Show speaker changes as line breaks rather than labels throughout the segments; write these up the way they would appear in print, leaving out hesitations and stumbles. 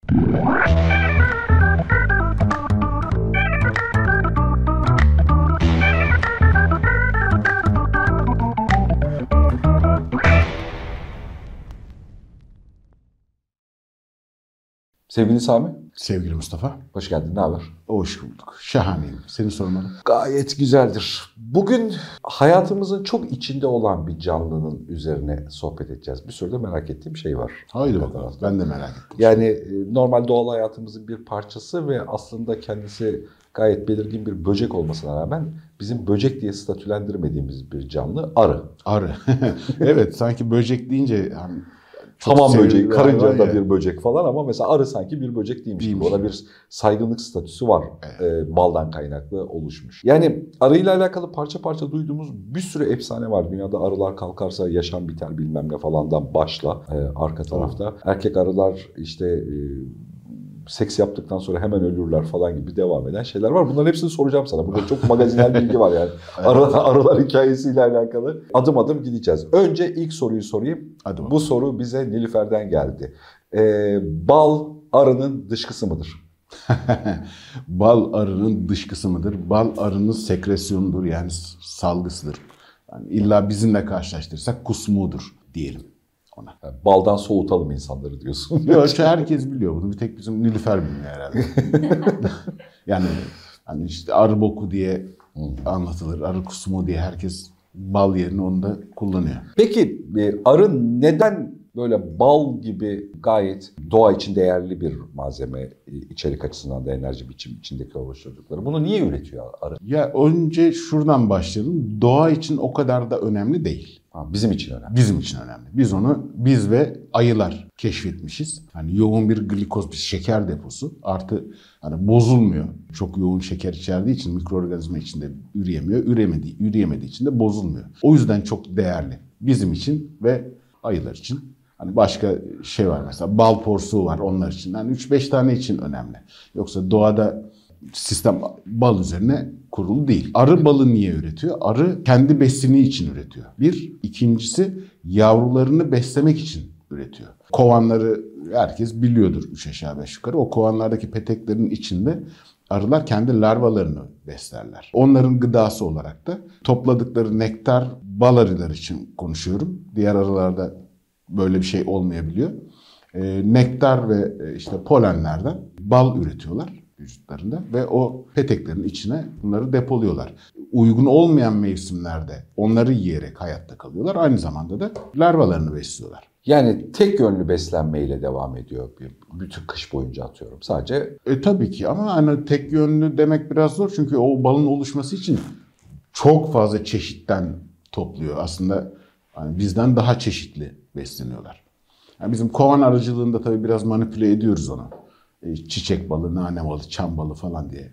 Sevgili Sami.
Sevgili Mustafa.
Hoş geldin, ne haber?
Hoş bulduk. Şahaneyim. Seni sormalı.
Gayet güzeldir. Bugün hayatımızın çok içinde olan bir canlının üzerine sohbet edeceğiz. Bir sürü de merak ettiğim şey var.
Haydi bakalım. Ben de merak ettim.
Yani normal doğal hayatımızın bir parçası ve aslında kendisi gayet belirgin bir böcek olmasına rağmen bizim böcek diye statülendirmediğimiz bir canlı arı.
Arı. Evet, sanki böcek deyince yani
hamam böceği, karınca da bir böcek falan ama mesela arı sanki bir böcek değilmiş gibi. Ona bir saygınlık statüsü var. Evet. Baldan kaynaklı oluşmuş. Yani arıyla alakalı parça parça duyduğumuz bir sürü efsane var. Dünyada arılar kalkarsa yaşam biter bilmem ne falandan başla arka tarafta. Erkek arılar işte seks yaptıktan sonra hemen ölürler falan gibi devam eden şeyler var. Bunların hepsini soracağım sana. Burada çok magazinel bilgi var yani. Arılar hikayesiyle alakalı. Adım adım gideceğiz. Önce ilk soruyu sorayım.
Hadi
bu soru bize Nilüfer'den geldi. Bal arının dışkısı mıdır?
Bal arının dışkısı mıdır? Bal arının sekresyonudur, yani salgısıdır. Yani illa bizimle karşılaştırırsak kusmuğudur diyelim ona.
Yani baldan soğutalım insanları diyorsun.
Yok, herkes biliyor bunu. Bir tek bizim Nilüfer bilmiyor herhalde. Yani hani işte arı boku diye anlatılır, arı kusmu diye herkes bal yerine onu da kullanıyor.
Peki arı neden böyle bal gibi gayet doğa için değerli bir malzeme, içerik açısından da enerji biçimi içindeki oluşturdukları? Bunu niye üretiyor arı?
Ya önce şuradan başlayalım. Doğa için o kadar da önemli değil.
Bizim için önemli.
Bizim için önemli. Biz ve ayılar keşfetmişiz. Hani yoğun bir glikoz, bir şeker deposu. Artı hani bozulmuyor. Çok yoğun şeker içerdiği için mikroorganizma içinde üreyemiyor. Üreyemediği için de bozulmuyor. O yüzden çok değerli. Bizim için ve ayılar için. Hani başka şey var mesela bal porsuğu var onlar için. Yani 3-5 tane için önemli. Yoksa doğada sistem bal üzerine kurulu değil. Arı balı niye üretiyor? Arı kendi besini için üretiyor. Bir. İkincisi yavrularını beslemek için üretiyor. Kovanları herkes biliyordur 3 aşağı 5 yukarı. O kovanlardaki peteklerin içinde arılar kendi larvalarını beslerler. Onların gıdası olarak da topladıkları nektar, bal arılar için konuşuyorum. Diğer arılarda böyle bir şey olmayabiliyor. Nektar ve işte polenlerden bal üretiyorlar vücutlarında ve o peteklerin içine bunları depoluyorlar. Uygun olmayan mevsimlerde onları yiyerek hayatta kalıyorlar. Aynı zamanda da larvalarını besliyorlar.
Yani tek yönlü beslenmeyle devam ediyor bütün kış boyunca atıyorum sadece.
Tabii ki ama hani tek yönlü demek biraz zor çünkü o balın oluşması için çok fazla çeşitten topluyor. Aslında hani bizden daha çeşitli besleniyorlar. Yani bizim kovan arıcılığında tabii biraz manipüle ediyoruz onu. Çiçek balı, nane balı, çam balı falan diye.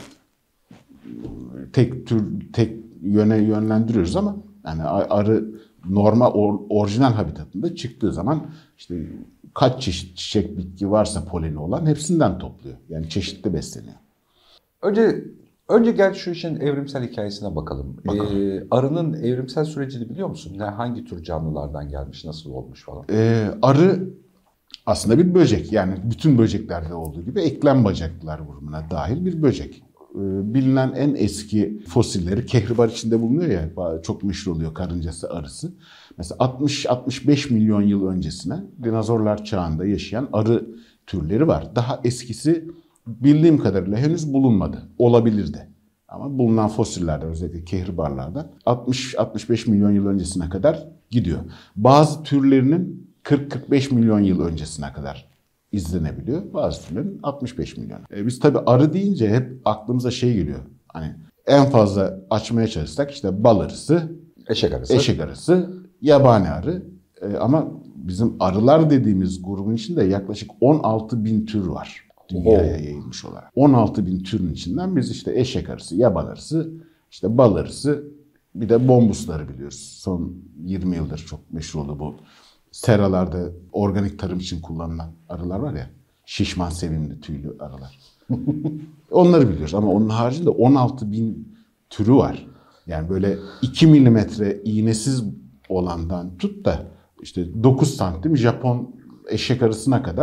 Tek yöne yönlendiriyoruz ama yani arı normal orijinal habitatında çıktığı zaman işte kaç çeşit çiçek bitki varsa poleni olan hepsinden topluyor. Yani çeşitli besleniyor.
Önce gel şu işin evrimsel hikayesine bakalım. Arının evrimsel sürecini biliyor musun? Hangi tür canlılardan gelmiş, nasıl olmuş falan?
Arı aslında bir böcek. Yani bütün böceklerde olduğu gibi eklem bacaklılar grubuna dahil bir böcek. Bilinen en eski fosilleri kehribar içinde bulunuyor ya, çok meşhur oluyor karıncası, arısı. Mesela 60-65 milyon yıl öncesine dinozorlar çağında yaşayan arı türleri var. Daha eskisi bildiğim kadarıyla henüz bulunmadı. Olabilir de. Ama bulunan fosillerde özellikle kehribarlarda 60-65 milyon yıl öncesine kadar gidiyor. Bazı türlerinin 40-45 milyon yıl öncesine kadar izlenebiliyor. Bazı türlerin 65 milyon. Biz tabii arı deyince hep aklımıza şey geliyor. Hani en fazla açmaya çalışsak işte bal arısı, eşek arısı, yabani arı. Ama bizim arılar dediğimiz grubun içinde yaklaşık 16 bin tür var. Dünyaya yayılmış olarak. 16 bin türün içinden biz işte eşek arısı, yaban arısı, işte bal arısı, bir de bombusları biliyoruz. Son 20 yıldır çok meşhur oldu bu. Seralarda organik tarım için kullanılan arılar var ya, şişman, sevimli, tüylü arılar. Onları biliyoruz ama onun haricinde 16 bin türü var. Yani böyle 2 milimetre iğnesiz olandan tut da işte 9 santim Japon eşek arısına kadar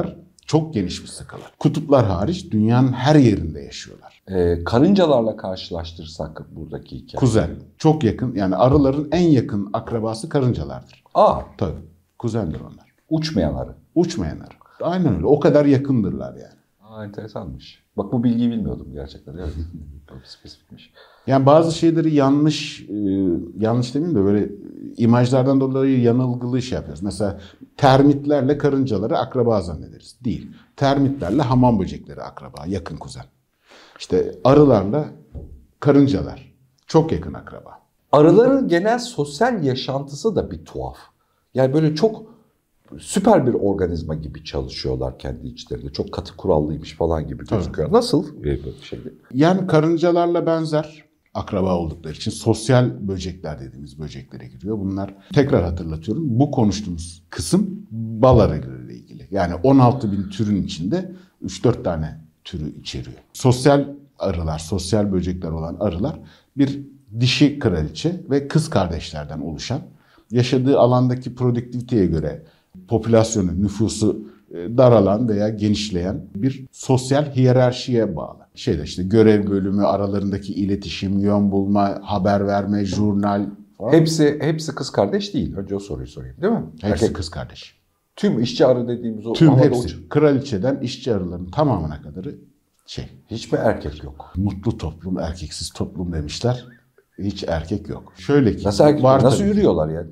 Çok geniş bir skala. Kutuplar hariç dünyanın her yerinde yaşıyorlar.
Karıncalarla karşılaştırırsak buradaki hikaye.
Kuzen. Çok yakın. Yani arıların en yakın akrabası karıncalardır. Tabii. Kuzendir onlar.
Uçmayan arı.
Uçmayan arı. Aynen öyle. O kadar yakındırlar yani.
Enteresanmış. Bak bu bilgiyi bilmiyordum gerçekten. Evet. Çok spesifikmiş.
Yani bazı şeyleri yanlış demeyeyim de böyle imajlardan dolayı yanılgılı şey yapıyoruz. Mesela termitlerle karıncaları akraba zannederiz. Değil. Termitlerle hamam böcekleri akraba, yakın kuzen. İşte arılarla karıncalar çok yakın akraba.
Arıların genel sosyal yaşantısı da bir tuhaf. Yani böyle çok süper bir organizma gibi çalışıyorlar kendi içlerinde. Çok katı kurallıymış falan gibi gözüküyor. Nasıl bir şeydi?
Yani karıncalarla benzer akraba oldukları için sosyal böcekler dediğimiz böceklere giriyor. Bunlar tekrar hatırlatıyorum. Bu konuştuğumuz kısım bal arılarıyla ilgili. Yani 16.000 türün içinde 3-4 tane türü içeriyor. Sosyal arılar, sosyal böcekler olan arılar bir dişi kraliçe ve kız kardeşlerden oluşan, yaşadığı alandaki produktiviteye göre popülasyonu, nüfusu daralan veya genişleyen bir sosyal hiyerarşiye bağlı. İşte görev bölümü, aralarındaki iletişim, yön bulma, haber verme, jurnal falan.
Hepsi kız kardeş değil. Önce o soruyu sorayım, değil mi?
Hepsi kız kardeş.
Tüm işçi arı dediğimiz o.
Tüm hepsi. Kraliçeden işçi arıların tamamına kadarı
Hiç mi erkek yok?
Mutlu toplum, erkeksiz toplum demişler. Hiç erkek yok. Şöyle ki.
Nasıl yürüyorlar yani?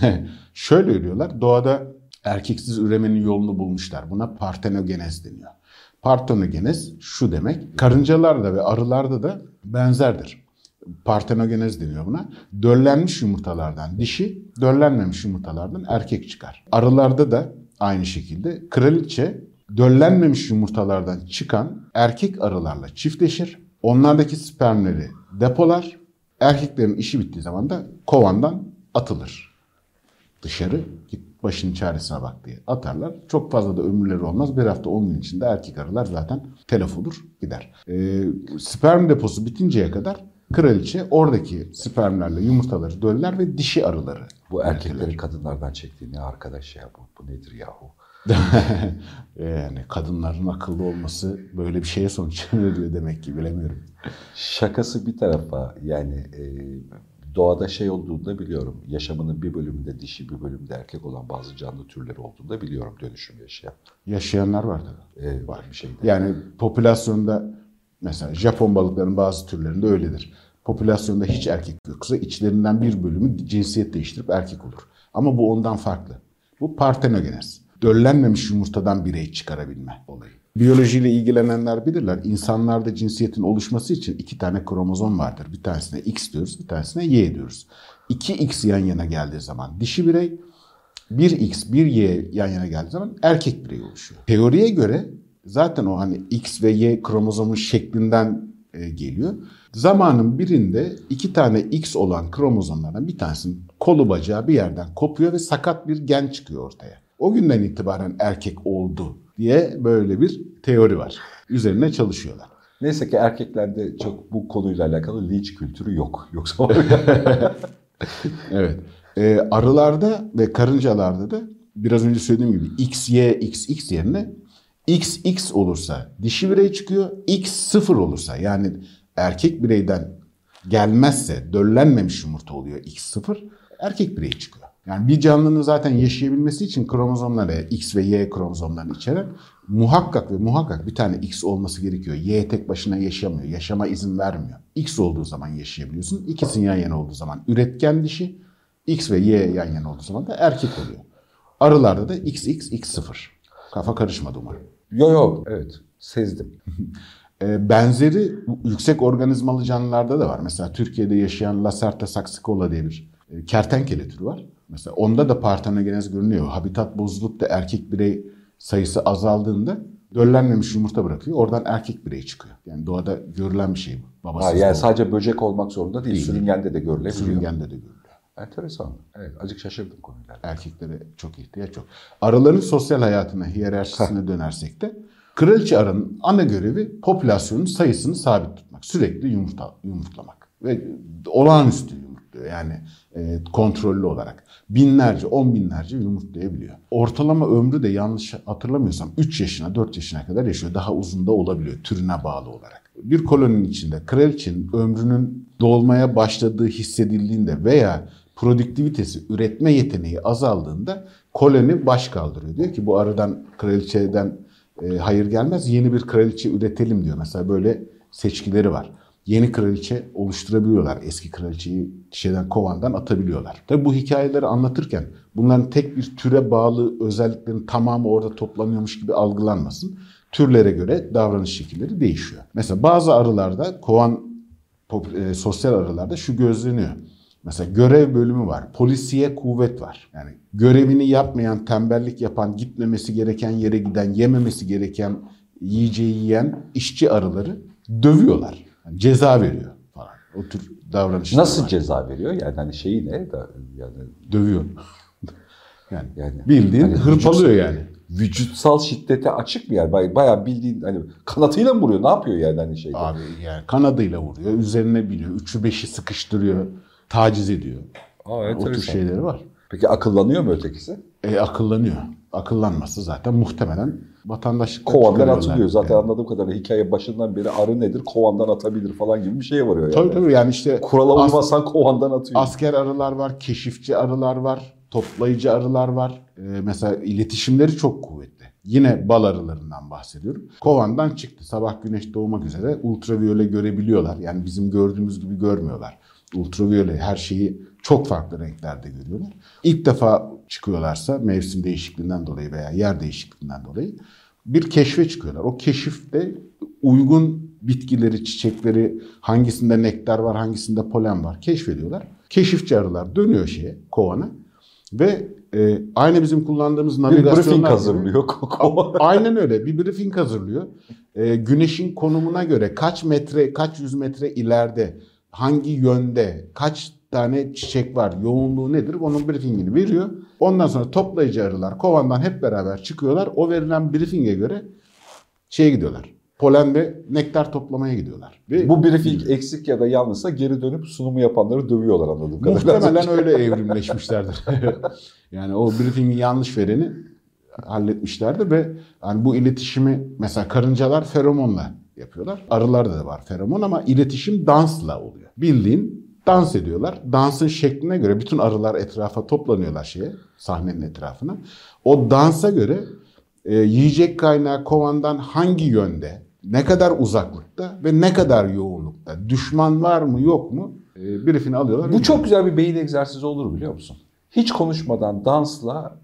Şöyle yürüyorlar. Doğada erkeksiz üremenin yolunu bulmuşlar. Buna partenogenez deniyor. Partenogenez şu demek. Karıncalarda ve arılarda da benzerdir. Partenogenez deniyor buna. Döllenmiş yumurtalardan dişi, döllenmemiş yumurtalardan erkek çıkar. Arılarda da aynı şekilde kraliçe döllenmemiş yumurtalardan çıkan erkek arılarla çiftleşir. Onlardaki spermleri depolar. Erkeklerin işi bittiği zaman da kovandan atılır. Dışarı git başının çaresine bak diye atarlar. Çok fazla da ömürleri olmaz. Bir hafta 10 gün içinde erkek arılar zaten telef olur gider. Sperm deposu bitinceye kadar kraliçe oradaki spermlerle yumurtaları döller ve dişi arıları.
Bu erkeklerin kadınlardan çektiği ne arkadaş ya bu nedir yahu?
Yani kadınların akıllı olması böyle bir şeye sonuç veriyor demek ki bilemiyorum.
Şakası bir tarafa yani doğada olduğunda biliyorum. Yaşamının bir bölümünde dişi bir bölümünde erkek olan bazı canlı türleri olduğunda biliyorum dönüşüm yaşayan.
Yaşayanlar var tabii.
Var bir şeyde.
Yani popülasyonda mesela Japon balıklarının bazı türlerinde öyledir. Popülasyonda hiç erkek yoksa içlerinden bir bölümü cinsiyet değiştirip erkek olur. Ama bu ondan farklı. Bu partenogenez. Döllenmemiş yumurtadan birey çıkarabilme olayı. Biyolojiyle ilgilenenler bilirler. İnsanlarda cinsiyetin oluşması için 2 tane kromozom vardır. Bir tanesine X diyoruz, bir tanesine Y diyoruz. 2X yan yana geldiği zaman dişi birey, 1X, 1Y yan yana geldiği zaman erkek birey oluşuyor. Teoriye göre zaten o hani X ve Y kromozomun şeklinden geliyor. Zamanın birinde 2 tane X olan kromozomlardan bir tanesinin kolu bacağı bir yerden kopuyor ve sakat bir gen çıkıyor ortaya. O günden itibaren erkek oldu diye böyle bir teori var. Üzerine çalışıyorlar.
Neyse ki erkeklerde çok bu konuyla alakalı linç kültürü yok. Yoksa
evet. Arılarda ve karıncalarda da biraz önce söylediğim gibi XY, XX yerine XX olursa dişi birey çıkıyor. X0 olursa yani erkek bireyden gelmezse döllenmemiş yumurta oluyor X0. Erkek birey çıkıyor. Yani bir canlının zaten yaşayabilmesi için kromozomları X ve Y kromozomlarını içeren muhakkak bir tane X olması gerekiyor. Y tek başına yaşamıyor. Yaşama izin vermiyor. X olduğu zaman yaşayabiliyorsun. İkisinin yan yana olduğu zaman üretken dişi. X ve Y yan yana olduğu zaman da erkek oluyor. Arılarda da XX, X0. Kafa karışmadı umarım.
Yok evet sezdim.
Benzeri yüksek organizmalı canlılarda da var. Mesela Türkiye'de yaşayan Lacerta saxicola diye bir kertenkele türü var. Mesela onda da partenogenez görünüyor. Habitat bozulup da erkek birey sayısı azaldığında döllenmemiş yumurta bırakıyor. Oradan erkek birey çıkıyor. Yani doğada görülen bir şey bu.
Yani sadece böcek olmak zorunda değil. Sürüngende de görülebiliyor.
Sürüngende de görülüyor.
Enteresan. Evet, azıcık şaşırdım konuyla.
Erkeklere çok ihtiyaç yok. Arıların sosyal hayatına, hiyerarşisine dönersek de kraliçe arının ana görevi popülasyonun sayısını sabit tutmak. Sürekli yumurtlamak. ve olağanüstü yumurtluyor. Yani kontrollü olarak. Binlerce, 10 binlerce yumurtlayabiliyor. Ortalama ömrü de yanlış hatırlamıyorsam 3 yaşına, 4 yaşına kadar yaşıyor. Daha uzun da olabiliyor türüne bağlı olarak. Bir koloninin içinde kraliçenin ömrünün dolmaya başladığı hissedildiğinde veya produktivitesi, üretme yeteneği azaldığında koloni baş kaldırıyor. Diyor ki bu arıdan, kraliçeden hayır gelmez, yeni bir kraliçe üretelim diyor. Mesela böyle seçkileri var. Yeni kraliçe oluşturabiliyorlar. Eski kraliçeyi kovandan atabiliyorlar. Tabii bu hikayeleri anlatırken bunların tek bir türe bağlı özelliklerin tamamı orada toplanıyormuş gibi algılanmasın. Türlere göre davranış şekilleri değişiyor. Mesela bazı arılarda, sosyal arılarda şu gözleniyor. Mesela görev bölümü var. Polisiye kuvvet var. Yani görevini yapmayan, tembellik yapan, gitmemesi gereken yere giden, yememesi gereken yiyeceği yiyen işçi arıları dövüyorlar. Yani ceza veriyor falan. O tür davranışlar
Nasıl
var.
Ceza veriyor? Yani hani şeyi ne? Yani
Dövüyor. yani bildiğin hani hırpalıyor yani.
Vücutsal şiddete açık bir yer. Bayağı bildiğin hani kanatıyla mı vuruyor? Ne yapıyor yani hani şeyde?
Abi yani kanadıyla vuruyor, üzerine biniyor, 3'ü 5'i sıkıştırıyor, taciz ediyor. O tür şeyleri var.
Peki akıllanıyor mu ötekisi?
Akıllanıyor. Akıllanması zaten muhtemelen vatandaşlıktan
kovandan atılıyor. Zaten
yani.
Anladığım kadarıyla hikaye başından beri arı nedir? Kovandan atabilir falan gibi bir şeye varıyor yani.
Tabii yani işte
kurala uymasan kovandan atıyor.
Asker arılar var, keşifçi arılar var, toplayıcı arılar var. Mesela iletişimleri çok kuvvetli. Yine bal arılarından bahsediyorum. Kovandan çıktı. Sabah güneş doğmak üzere ultraviyole görebiliyorlar. Yani bizim gördüğümüz gibi görmüyorlar. Ultraviyole her şeyi çok farklı renklerde görüyorlar. İlk defa çıkıyorlarsa mevsim değişikliğinden dolayı veya yer değişikliğinden dolayı bir keşfe çıkıyorlar. O keşifte uygun bitkileri, çiçekleri, hangisinde nektar var, hangisinde polen var keşfediyorlar. Keşifçi arılar dönüyor kovana ve aynı bizim kullandığımız navigasyonlar
bir briefing hazırlıyor.
Aynen öyle. Bir briefing hazırlıyor. Güneşin konumuna göre kaç metre, kaç yüz metre ileride, hangi yönde, kaç tane çiçek var, yoğunluğu nedir? Onun briefingini veriyor. Ondan sonra toplayıcı arılar kovandan hep beraber çıkıyorlar. O verilen briefinge göre gidiyorlar. Polen ve nektar toplamaya gidiyorlar. Ve
bu briefing eksik ya da yanlışsa geri dönüp sunumu yapanları dövüyorlar anladığım kadarıyla.
Muhtemelen öyle evrimleşmişlerdir. Yani o briefingi yanlış vereni halletmişlerdi ve yani bu iletişimi mesela karıncalar feromonla yapıyorlar. Arılarda da var feromon ama iletişim dansla oluyor. Bildiğin dans ediyorlar. Dansın şekline göre bütün arılar etrafa toplanıyorlar sahnenin etrafına. O dansa göre yiyecek kaynağı kovandan hangi yönde, ne kadar uzaklıkta ve ne kadar yoğunlukta, düşman var mı yok mu briefini alıyorlar.
Bu çok güzel bir beyin egzersizi olur biliyor musun? Hiç konuşmadan dansla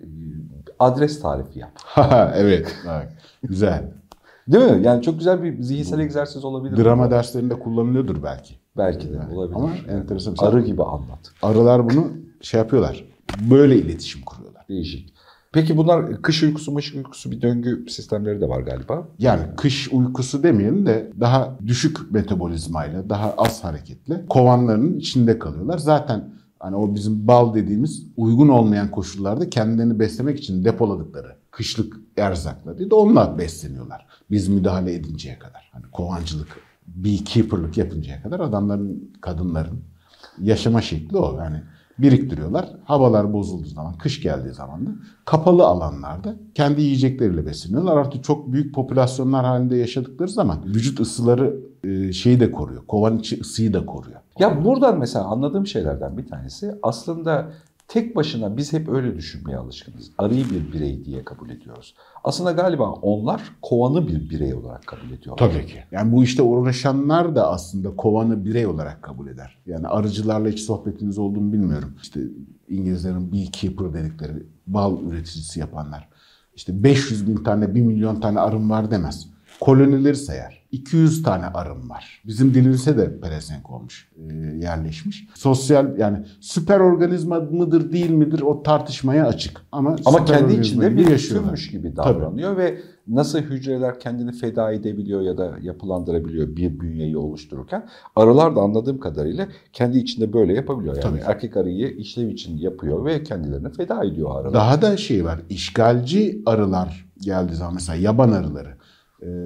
adres tarifi yap.
Evet, güzel.
Değil mi? Yani çok güzel bir zihinsel egzersiz olabilir.
Drama derslerinde kullanılıyordur belki.
Belki de olabilir.
Ama enteresan.
Arı gibi anlat.
Arılar bunu yapıyorlar. Böyle iletişim kuruyorlar.
Değişik. Peki bunlar kış uykusu, mış uykusu bir döngü sistemleri de var galiba.
Yani kış uykusu demeyelim de daha düşük metabolizmayla, daha az hareketle kovanlarının içinde kalıyorlar. Zaten hani o bizim bal dediğimiz uygun olmayan koşullarda kendilerini beslemek için depoladıkları kışlık erzakları da onunla besleniyorlar. Biz müdahale edinceye kadar. Hani kovancılık, beekeeper'lık yapıncaya kadar adamların, kadınların yaşama şekli o. Yani biriktiriyorlar. Havalar bozulduğu zaman, kış geldiği zaman da kapalı alanlarda kendi yiyecekleriyle besleniyorlar. Artık çok büyük popülasyonlar halinde yaşadıkları zaman vücut ısıları de koruyor. Kovan içi ısıyı da koruyor.
Ya buradan mesela anladığım şeylerden bir tanesi aslında tek başına biz hep öyle düşünmeye alışkınız. Arıyı bir birey diye kabul ediyoruz. Aslında galiba onlar kovanı bir birey olarak kabul ediyorlar.
Tabii ki. Yani bu işte uğraşanlar da aslında kovanı birey olarak kabul eder. Yani arıcılarla hiç sohbetiniz olduğunu bilmiyorum. İşte İngilizlerin beekeeper dedikleri bal üreticisi yapanlar. İşte 500 bin tane, 1 milyon tane arım var demez. Kolonileri sayar. 200 tane arım var. Bizim dilimize de pelesenk olmuş, yerleşmiş. Sosyal yani süper organizma mıdır değil midir o tartışmaya açık. Ama
kendi içinde bir türmüş gibi davranıyor. Tabii. Ve nasıl hücreler kendini feda edebiliyor ya da yapılandırabiliyor bir bünyeyi oluştururken arılar da anladığım kadarıyla kendi içinde böyle yapabiliyor. Yani tabii. Erkek arıyı işlev için yapıyor ve kendilerini feda ediyor arılar.
Daha da var. İşgalci arılar geldiği zaman mesela yaban arıları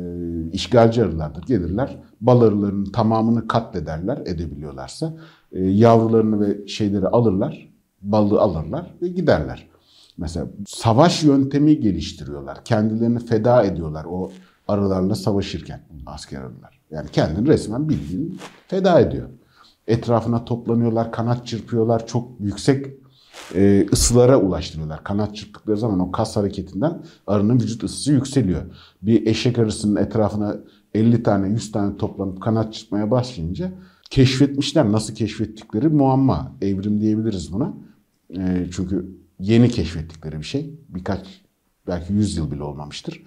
işgalci arılardır. Gelirler, bal arılarının tamamını katlederler, edebiliyorlarsa. Yavrularını ve şeyleri alırlar, balı alırlar ve giderler. Mesela savaş yöntemi geliştiriyorlar. Kendilerini feda ediyorlar o arılarla savaşırken asker arılar. Yani kendini resmen bildiğin feda ediyor. Etrafına toplanıyorlar, kanat çırpıyorlar, çok yüksek ısılara ulaştırıyorlar. Kanat çırptıkları zaman o kas hareketinden arının vücut ısısı yükseliyor. Bir eşek arısının etrafına 50 tane 100 tane toplanıp kanat çırpmaya başlayınca keşfetmişler. Nasıl keşfettikleri muamma. Evrim diyebiliriz buna. Çünkü yeni keşfettikleri bir şey. Belki 100 yıl bile olmamıştır.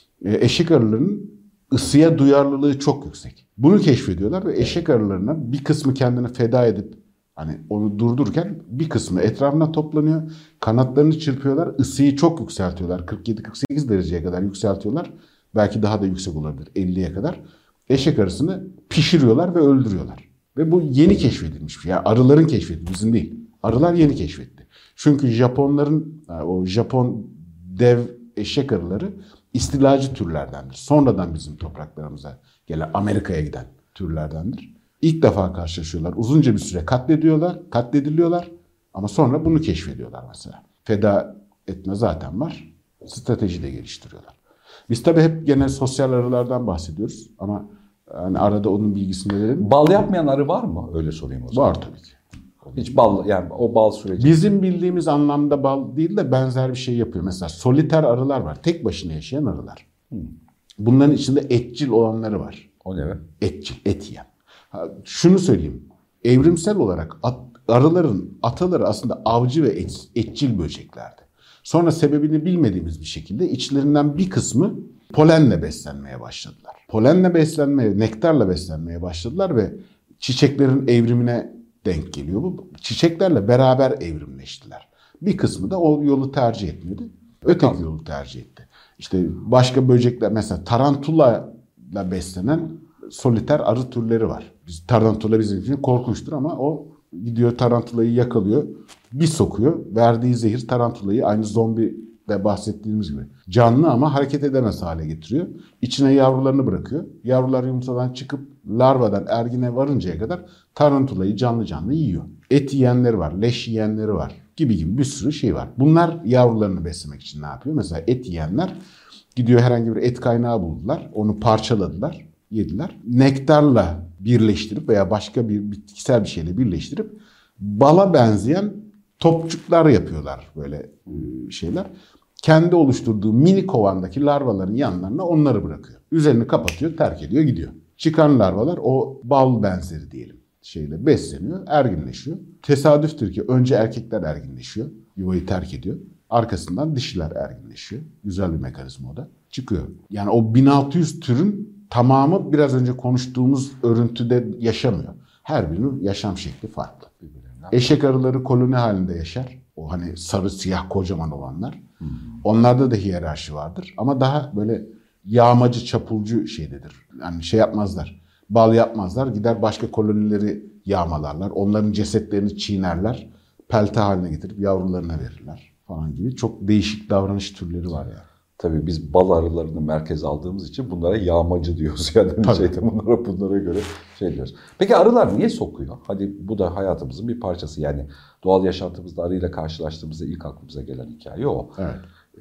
Eşek arılarının ısıya duyarlılığı çok yüksek. Bunu keşfediyorlar ve eşek arılarına bir kısmı kendini feda edip hani onu durdururken bir kısmı etrafına toplanıyor. Kanatlarını çırpıyorlar. Isıyı çok yükseltiyorlar. 47-48 dereceye kadar yükseltiyorlar. Belki daha da yüksek olabilir. 50'ye kadar. Eşek arısını pişiriyorlar ve öldürüyorlar. Ve bu yeni keşfedilmiş bir şey. Yani arıların keşfetti, bizim değil. Arılar yeni keşfetti. Çünkü Japonların, o Japon dev eşek arıları istilacı türlerdendir. Sonradan bizim topraklarımıza gelen, Amerika'ya giden türlerdendir. İlk defa karşılaşıyorlar. Uzunca bir süre katlediliyorlar ama sonra bunu keşfediyorlar mesela. Feda etme zaten var. Strateji de geliştiriyorlar. Biz tabii hep gene sosyal arılardan bahsediyoruz ama hani arada onun bilgisini verelim.
Bal yapmayan arı var mı? Öyle sorayım o zaman.
Var tabii ki.
Hiç bal, yani o bal süreci.
Bizim bildiğimiz anlamda bal değil de benzer bir şey yapıyor. Mesela soliter arılar var. Tek başına yaşayan arılar. Bunların içinde etçil olanları var.
O ne be?
Etçil, et yiyen. Şunu söyleyeyim. Evrimsel olarak arıların ataları aslında avcı ve etçil böceklerdi. Sonra sebebini bilmediğimiz bir şekilde içlerinden bir kısmı polenle beslenmeye başladılar. Polenle beslenmeye, nektarla beslenmeye başladılar ve çiçeklerin evrimine denk geliyor bu. Çiçeklerle beraber evrimleştiler. Bir kısmı da o yolu tercih etmedi. Öteki yolu tercih etti. İşte başka böcekler, mesela tarantula ile beslenen soliter arı türleri var. Tarantula bizim için korkunçtur ama o gidiyor tarantulayı yakalıyor, bir sokuyor. Verdiği zehir tarantulayı aynı zombi de bahsettiğimiz gibi canlı ama hareket edemez hale getiriyor. İçine yavrularını bırakıyor. Yavrular yumurtadan çıkıp larvadan ergine varıncaya kadar tarantulayı canlı canlı yiyor. Et yiyenleri var, leş yiyenleri var gibi bir sürü şey var. Bunlar yavrularını beslemek için ne yapıyor? Mesela et yiyenler gidiyor, herhangi bir et kaynağı buldular. Onu parçaladılar, yediler. Nektarla birleştirip veya başka bir bitkisel bir şeyle birleştirip bala benzeyen topçuklar yapıyorlar, böyle şeyler. Kendi oluşturduğu mini kovandaki larvaların yanlarına onları bırakıyor. Üzerini kapatıyor, terk ediyor, gidiyor. Çıkan larvalar o bal benzeri diyelim şeyle besleniyor, erginleşiyor. Tesadüftür ki önce erkekler erginleşiyor, yuvayı terk ediyor. Arkasından dişiler erginleşiyor. Güzel bir mekanizma o da. Çıkıyor. Yani o 1600 türün tamamı biraz önce konuştuğumuz örüntüde yaşamıyor. Her birinin yaşam şekli farklı. Eşek arıları koloni halinde yaşar. O hani sarı siyah kocaman olanlar. Onlarda da hiyerarşi vardır. Ama daha böyle yağmacı, çapulcu şeydedir. Yani şey yapmazlar. Bal yapmazlar. Gider başka kolonileri yağmalarlar. Onların cesetlerini çiğnerler. Pelte haline getirip yavrularına verirler falan gibi. Çok değişik davranış türleri var yani.
Tabii biz bal arılarını merkeze aldığımız için bunlara yağmacı diyoruz. Yani bunlara göre şey diyoruz. Peki arılar niye sokuyor? Hadi bu da hayatımızın bir parçası. Yani doğal yaşantımızda arıyla karşılaştığımızda ilk aklımıza gelen hikaye o.
Evet.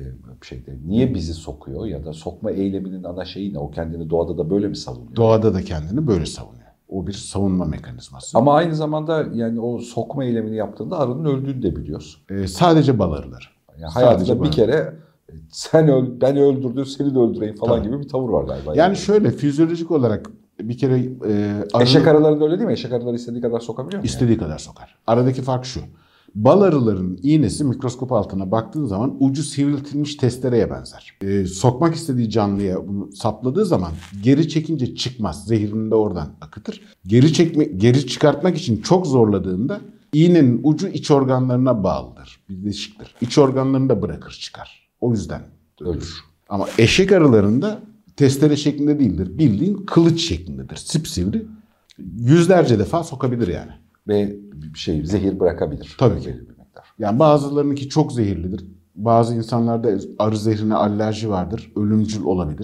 Niye bizi sokuyor ya da sokma eyleminin ana şeyi ne? O kendini doğada da böyle mi savunuyor?
Doğada da kendini böyle savunuyor. O bir savunma mekanizması.
Ama aynı zamanda yani o sokma eylemini yaptığında arının öldüğünü de biliyoruz.
Sadece bal arıları.
Yani hayatında bir kere sen ben öldürdüm, seni de öldüreyim falan gibi bir tavır var galiba.
Yani şöyle fizyolojik olarak bir kere
eşek arıları da öyle değil mi? Eşek arıları istediği kadar sokabiliyor mu?
İstediği kadar sokar. Aradaki fark şu. Bal arılarının iğnesi mikroskop altına baktığın zaman ucu sivriltilmiş testereye benzer. Sokmak istediği canlıya bunu sapladığı zaman geri çekince çıkmaz. Zehirini de oradan akıtır. Geri çıkartmak için çok zorladığında iğnenin ucu iç organlarına bağlıdır. Birleşiktir. İç organlarını da bırakır çıkar. O yüzden ölür. Ama eşek arılarında testere şeklinde değildir. Bildiğin kılıç şeklindedir. Sipsivri. Yüzlerce defa sokabilir yani.
Ve zehir bırakabilir.
Tabii ki. Yani bazılarınınki çok zehirlidir. Bazı insanlarda arı zehrine alerji vardır. Ölümcül olabilir.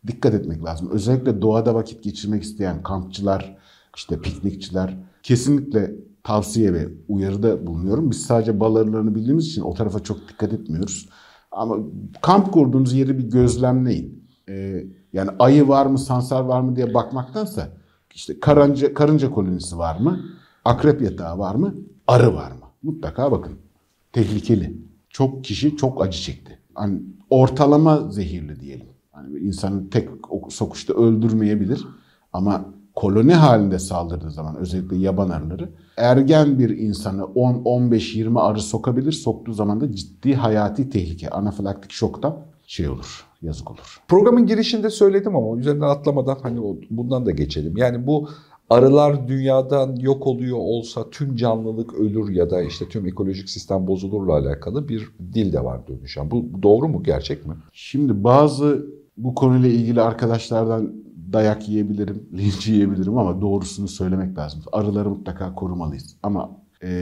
dikkat etmek lazım. Özellikle doğada vakit geçirmek isteyen kampçılar, işte piknikçiler kesinlikle tavsiye ve uyarıda bulunuyorum. Biz sadece bal arılarını bildiğimiz için o tarafa çok dikkat etmiyoruz. Ama kamp kurduğunuz yeri bir gözlemleyin. Yani ayı var mı, sansar var mı diye bakmaktansa işte karınca kolonisi var mı, akrep yatağı var mı, arı var mı? Mutlaka bakın. Tehlikeli. Çok kişi çok acı çekti. Hani ortalama zehirli diyelim. Hani insanı tek sokuşta öldürmeyebilir ama koloni halinde saldırdığı zaman özellikle yaban arıları ergen bir insanı 10, 15, 20 arı sokabilir. Soktuğu zaman da ciddi hayati tehlike, anafilaktik şoktan olur, yazık olur.
Programın girişinde söyledim ama üzerinden atlamadan hani bundan da geçelim. Yani bu arılar dünyadan yok oluyor olsa tüm canlılık ölür ya da işte tüm ekolojik sistem bozulurla alakalı bir dil de var dönüşen. Bu doğru mu, gerçek mi?
Şimdi bazı bu konuyla ilgili arkadaşlardan dayak yiyebilirim, linç yiyebilirim ama doğrusunu söylemek lazım. Arıları mutlaka korumalıyız. Ama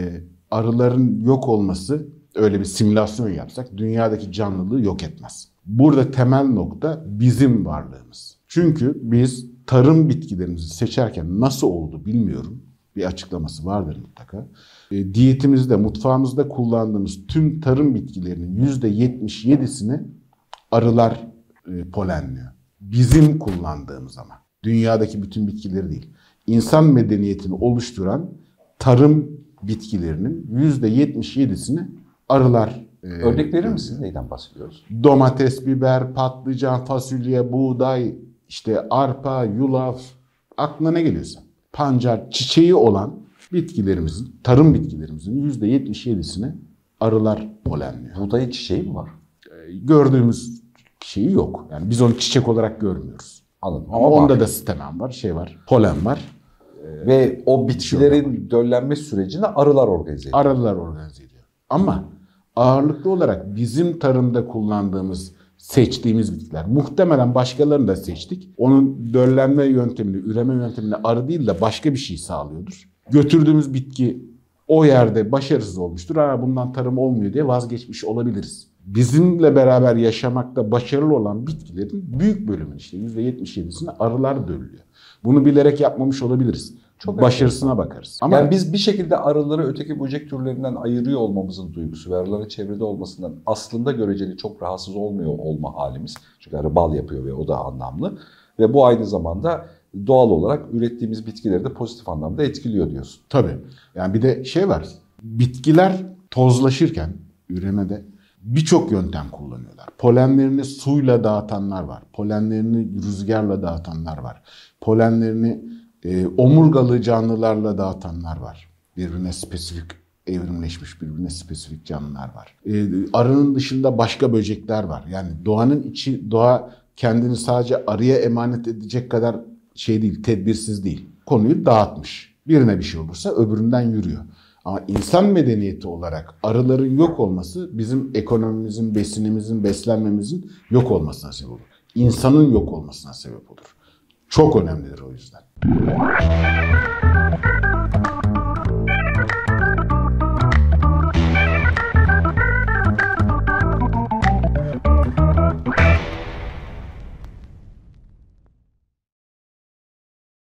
arıların yok olması, öyle bir simülasyon yapsak dünyadaki canlılığı yok etmez. Burada temel nokta bizim varlığımız. Çünkü biz tarım bitkilerimizi seçerken nasıl oldu bilmiyorum. Bir açıklaması vardır mutlaka. Diyetimizde, mutfağımızda kullandığımız tüm tarım bitkilerinin %77'sini arılar polenliyor. Bizim kullandığımız ama. Dünyadaki bütün bitkileri değil. İnsan medeniyetini oluşturan tarım bitkilerinin %77'sini arılar.
Örnek verir misiniz? Neyden bahsediyoruz?
Domates, biber, patlıcan, fasulye, buğday, işte arpa, yulaf, aklına ne geliyorsa. Pancar, çiçeği olan bitkilerimizin, tarım bitkilerimizin %77'sini arılar polenliyor.
Buğdayın çiçeği mi var?
Gördüğümüz şeyi yok. Yani biz onu çiçek olarak görmüyoruz.
Anladım.
Ama onda da stamen var, polen var.
Ve o bitkilerin döllenme sürecini arılar organize ediyor.
Arılar organize ediyor. Ama ağırlıklı olarak bizim tarımda kullandığımız, seçtiğimiz bitkiler. Muhtemelen başkalarını da seçtik. Onun döllenme yöntemini, üreme yöntemini arı değil de başka bir şey sağlıyordur. Götürdüğümüz bitki o yerde başarısız olmuştur. Bundan tarım olmuyor diye vazgeçmiş olabiliriz. Bizimle beraber yaşamakta başarılı olan bitkilerin büyük bölümünün işte %77'sini arılar döllüyor. Bunu bilerek yapmamış olabiliriz. Çok başarısına bakarız.
Ama yani biz bir şekilde arıları öteki böcek türlerinden ayırıyor olmamızın duygusu ve arıların çevrede olmasından aslında göreceli çok rahatsız olmuyor olma halimiz. Çünkü arı bal yapıyor ve o da anlamlı. Ve bu aynı zamanda doğal olarak ürettiğimiz bitkileri de pozitif anlamda etkiliyor diyorsun.
Tabii. Yani bir de var. Bitkiler tozlaşırken üremede birçok yöntem kullanıyorlar. Polenlerini suyla dağıtanlar var. Polenlerini rüzgarla dağıtanlar var. Polenlerini omurgalı canlılarla dağıtanlar var. Birbirine spesifik evrimleşmiş, birbirine spesifik canlılar var. Arının dışında başka böcekler var. Yani doğa kendini sadece arıya emanet edecek kadar değil, tedbirsiz değil. Konuyu dağıtmış. Birine bir şey olursa öbüründen yürüyor. Ama insan medeniyeti olarak arıların yok olması bizim ekonomimizin, besinimizin, beslenmemizin yok olmasına sebep olur. İnsanın yok olmasına sebep olur. Çok önemlidir o yüzden.